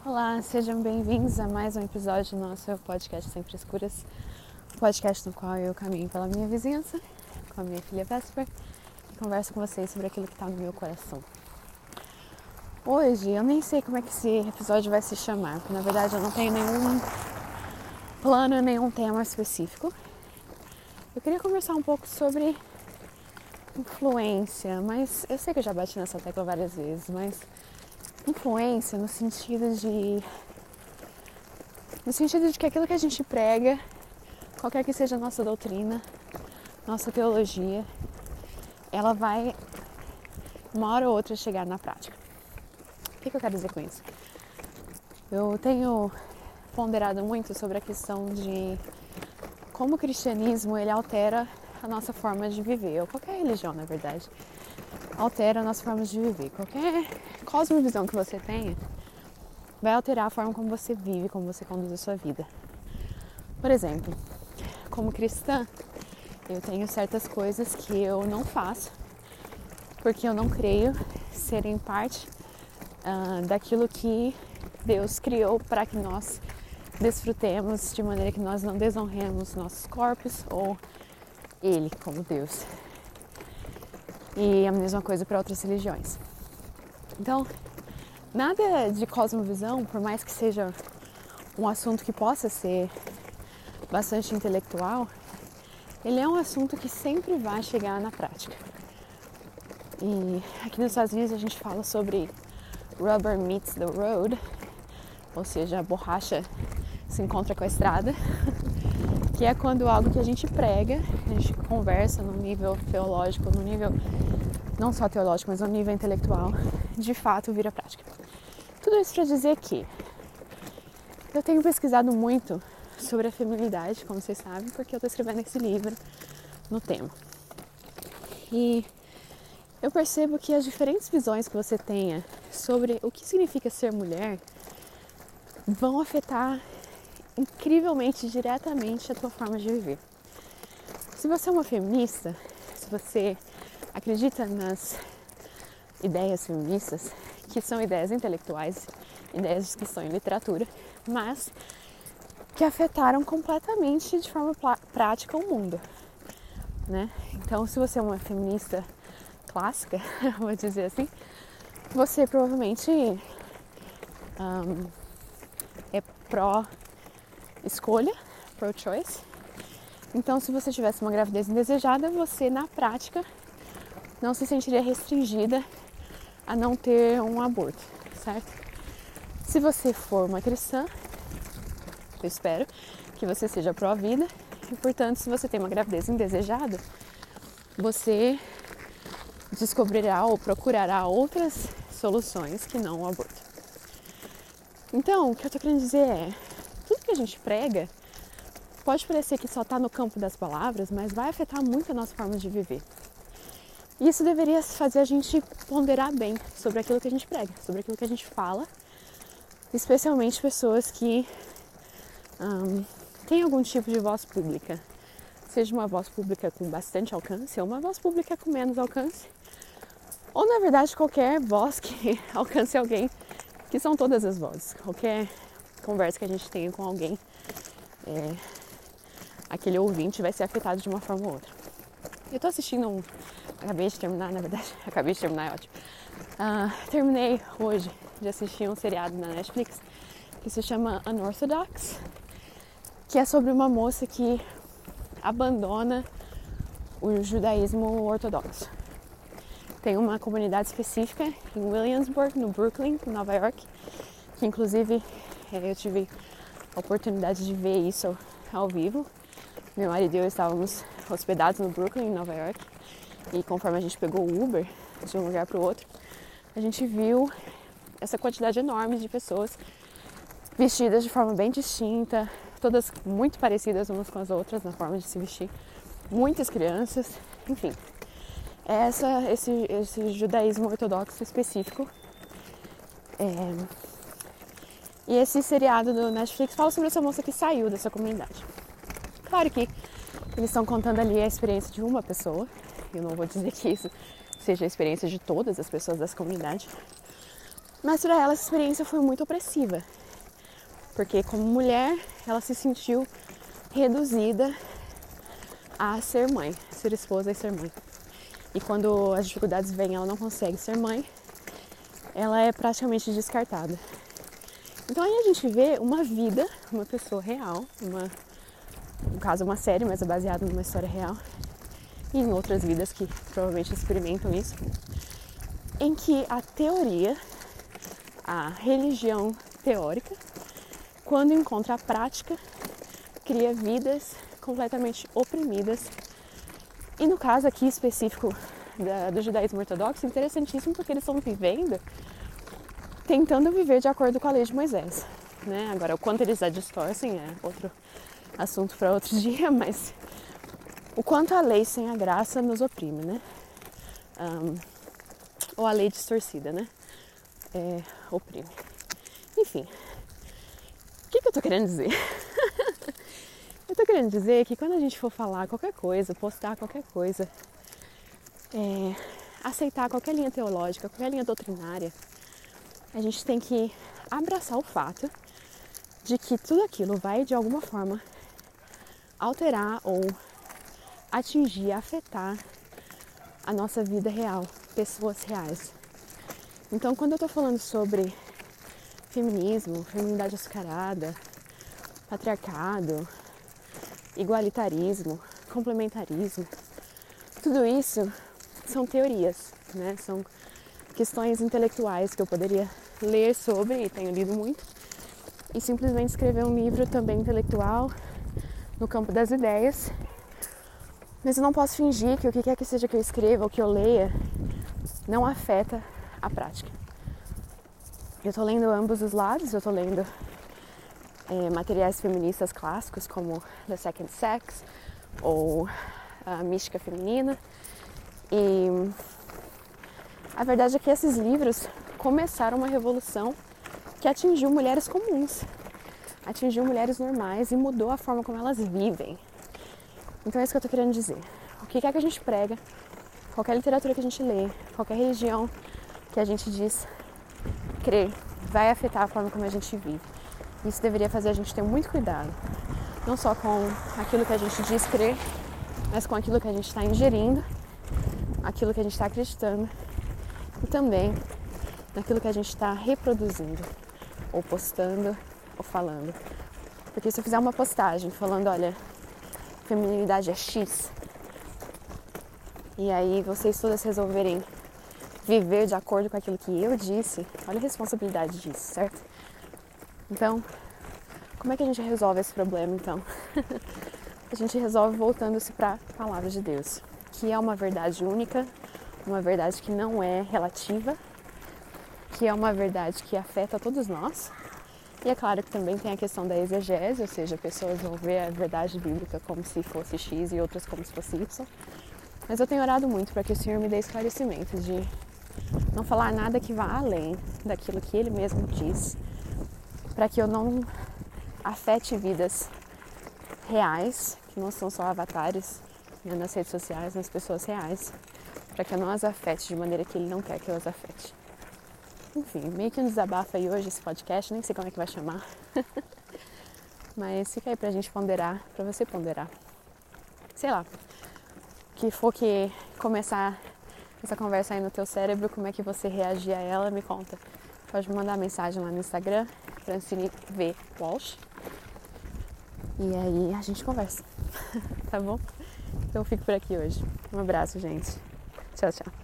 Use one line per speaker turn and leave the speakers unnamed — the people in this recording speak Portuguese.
Olá, sejam bem-vindos a mais um episódio do nosso podcast Sem Frescuras, podcast no qual eu caminho pela minha vizinhança com a minha filha Vesper e converso com vocês sobre aquilo que está no meu coração. Hoje eu nem sei como é que esse episódio vai se chamar, porque na verdade eu não tenho nenhum plano, nenhum tema específico. Eu queria conversar um pouco sobre influência, mas eu sei que eu já bati nessa tecla várias vezes, mas influência no sentido de que aquilo que a gente prega, qualquer que seja a nossa doutrina, nossa teologia, ela vai uma hora ou outra chegar na prática. O que eu quero dizer com isso? Eu tenho ponderado muito sobre a questão de como o cristianismo ele altera a nossa forma de viver, ou qualquer religião, na verdade, altera a nossa forma de viver. Qualquer cosmovisão que você tenha vai alterar a forma como você vive, como você conduz a sua vida. Por exemplo, como cristã, eu tenho certas coisas que eu não faço porque eu não creio serem parte daquilo que Deus criou para que nós desfrutemos, de maneira que nós não desonremos nossos corpos ou Ele como Deus. E a mesma coisa para outras religiões. Então, nada de cosmovisão, por mais que seja um assunto que possa ser bastante intelectual, ele é um assunto que sempre vai chegar na prática. E aqui nos Estados Unidos a gente fala sobre rubber meets the road, ou seja, a borracha se encontra com a estrada, que é quando algo que a gente prega, a gente conversa no nível teológico, no nível não só teológico, mas no nível intelectual, de fato vira prática. Tudo isso para dizer que eu tenho pesquisado muito sobre a feminilidade, como vocês sabem, porque eu estou escrevendo esse livro no tema. E eu percebo que as diferentes visões que você tenha sobre o que significa ser mulher vão afetar incrivelmente, diretamente a tua forma de viver. Se você é uma feminista, se você acredita nas ideias feministas, que são ideias intelectuais, ideias que estão em literatura, mas que afetaram completamente de forma prática o mundo, né? Então, se você é uma feminista clássica, vou dizer assim, você provavelmente é pró-escolha, pro-choice. Então, se você tivesse uma gravidez indesejada, você, na prática, não se sentiria restringida a não ter um aborto, certo? Se você for uma cristã, eu espero que você seja pró-vida e, portanto, se você tem uma gravidez indesejada, você descobrirá ou procurará outras soluções que não o aborto. Então, o que eu tô querendo dizer é, tudo que a gente prega pode parecer que só está no campo das palavras, mas vai afetar muito a nossa forma de viver. E isso deveria fazer a gente ponderar bem sobre aquilo que a gente prega, sobre aquilo que a gente fala, especialmente pessoas que têm algum tipo de voz pública, seja uma voz pública com bastante alcance ou uma voz pública com menos alcance, ou na verdade qualquer voz que alcance alguém, que são todas as vozes, qualquer conversa que a gente tenha com alguém, aquele ouvinte vai ser afetado de uma forma ou outra. Eu tô assistindo acabei de terminar, é ótimo. Terminei hoje de assistir um seriado na Netflix que se chama Unorthodox, que é sobre uma moça que abandona o judaísmo ortodoxo. Tem uma comunidade específica em Williamsburg, no Brooklyn, em Nova York, que inclusive eu tive a oportunidade de ver isso ao vivo. Meu marido e eu estávamos hospedados no Brooklyn, em Nova York, e conforme a gente pegou o Uber de um lugar para o outro, a gente viu essa quantidade enorme de pessoas vestidas de forma bem distinta, todas muito parecidas umas com as outras na forma de se vestir, muitas crianças, enfim. Esse judaísmo ortodoxo específico. E esse seriado do Netflix fala sobre essa moça que saiu dessa comunidade. Claro que eles estão contando ali a experiência de uma pessoa. Eu não vou dizer que isso seja a experiência de todas as pessoas dessa comunidade. Mas para ela essa experiência foi muito opressiva, porque como mulher ela se sentiu reduzida a ser mãe, ser esposa e ser mãe. E quando as dificuldades vêm, ela não consegue ser mãe, ela é praticamente descartada. Então aí a gente vê uma vida, uma pessoa real, no caso uma série, mas é baseada numa história real, e em outras vidas que provavelmente experimentam isso, em que a teoria, a religião teórica, quando encontra a prática, cria vidas completamente oprimidas. E no caso aqui específico do judaísmo ortodoxo, interessantíssimo porque eles estão vivendo, tentando viver de acordo com a lei de Moisés, né? Agora, o quanto eles a distorcem é outro assunto para outro dia, mas o quanto a lei sem a graça nos oprime, né? Ou a lei distorcida, né? Oprime. Enfim, o que eu tô querendo dizer? Eu tô querendo dizer que quando a gente for falar qualquer coisa, postar qualquer coisa, aceitar qualquer linha teológica, qualquer linha doutrinária, a gente tem que abraçar o fato de que tudo aquilo vai, de alguma forma, alterar ou atingir, afetar a nossa vida real, pessoas reais. Então, quando eu tô falando sobre feminismo, feminidade açucarada, patriarcado, igualitarismo, complementarismo, tudo isso são teorias, né? São questões intelectuais que eu poderia ler sobre, e tenho lido muito, e simplesmente escrever um livro também intelectual no campo das ideias. Mas eu não posso fingir que o que quer que seja que eu escreva ou que eu leia não afeta a prática. Eu tô lendo ambos os lados, eu tô lendo materiais feministas clássicos como The Second Sex ou a Mística Feminina, e a verdade é que esses livros começaram uma revolução que atingiu mulheres comuns, atingiu mulheres normais e mudou a forma como elas vivem. Então é isso que eu tô querendo dizer. O que é que a gente prega, qualquer literatura que a gente lê, qualquer religião que a gente diz crer, vai afetar a forma como a gente vive. Isso deveria fazer a gente ter muito cuidado, não só com aquilo que a gente diz crer, mas com aquilo que a gente está ingerindo, aquilo que a gente está acreditando e também naquilo que a gente está reproduzindo, ou postando, ou falando. Porque se eu fizer uma postagem falando, olha, feminilidade é X, e aí vocês todas resolverem viver de acordo com aquilo que eu disse, olha a responsabilidade disso, certo? Então, como é que a gente resolve esse problema, então? A gente resolve voltando-se para a palavra de Deus, que é uma verdade única, uma verdade que não é relativa, que é uma verdade que afeta todos nós. E é claro que também tem a questão da exegese, ou seja, pessoas vão ver a verdade bíblica como se fosse X e outras como se fosse Y. Mas eu tenho orado muito para que o Senhor me dê esclarecimento de não falar nada que vá além daquilo que Ele mesmo diz, para que eu não afete vidas reais, que não são só avatares, né, nas redes sociais, nas pessoas reais, para que eu não as afete de maneira que Ele não quer que eu as afete. Enfim, meio que um desabafo aí hoje esse podcast, nem sei como é que vai chamar. Mas fica aí pra gente ponderar, pra você ponderar. Sei lá, que for que começar essa conversa aí no teu cérebro, como é que você reagir a ela, me conta. Pode me mandar mensagem lá no Instagram, Francine V. Walsh. E aí a gente conversa, tá bom? Então eu fico por aqui hoje. Um abraço, gente. Tchau, tchau.